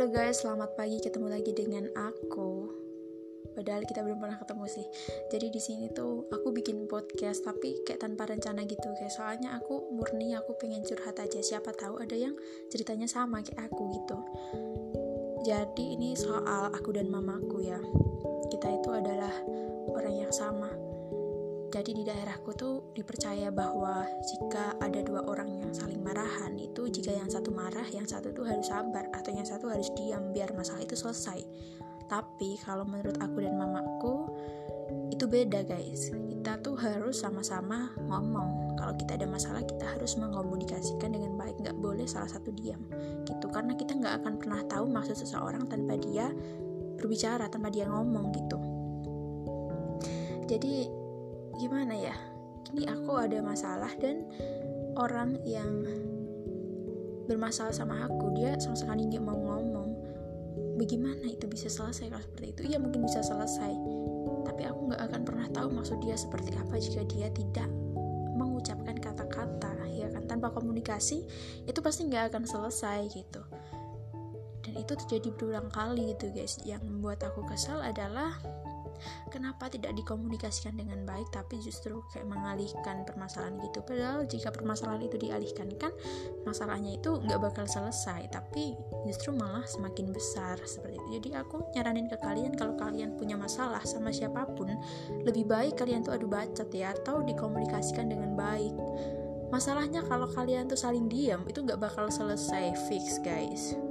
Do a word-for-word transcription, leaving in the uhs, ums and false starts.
Halo guys, selamat pagi. Ketemu lagi dengan aku. Padahal kita belum pernah ketemu sih. Jadi di sini tuh aku bikin podcast tapi kayak tanpa rencana gitu guys. Soalnya aku murni aku pengen curhat aja. Siapa tahu ada yang ceritanya sama kayak aku gitu. Jadi ini soal aku dan mamaku ya. Kita itu adalah orang yang sama. Jadi di daerahku tuh dipercaya bahwa jika ada dua orang yang saling marahan, itu jika yang satu marah, yang satu tuh harus sabar, atau yang satu harus diam biar masalah itu selesai. Tapi kalau menurut aku dan mamaku itu beda guys. Kita tuh harus sama-sama ngomong. Kalau kita ada masalah kita harus mengkomunikasikan dengan baik, nggak boleh salah satu diam gitu. Karena kita nggak akan pernah tahu maksud seseorang tanpa dia berbicara, tanpa dia ngomong gitu. Jadi gimana ya, ini aku ada masalah dan orang yang bermasalah sama aku dia sama sekali gak mau ngomong. Bagaimana itu bisa selesai kalau seperti itu? Ya mungkin bisa selesai, tapi aku gak akan pernah tahu maksud dia seperti apa jika dia tidak mengucapkan kata-kata. Ya kan, tanpa komunikasi itu pasti gak akan selesai gitu. Dan itu terjadi berulang kali gitu guys. Yang membuat aku kesal adalah kenapa tidak dikomunikasikan dengan baik, tapi justru kayak mengalihkan permasalahan gitu. Padahal jika permasalahan itu dialihkan kan masalahnya itu nggak bakal selesai, tapi justru malah semakin besar seperti itu. Jadi aku nyaranin ke kalian, kalau kalian punya masalah sama siapapun, lebih baik kalian tuh adu bacot ya, atau dikomunikasikan dengan baik. Masalahnya kalau kalian tuh saling diam itu nggak bakal selesai fix guys.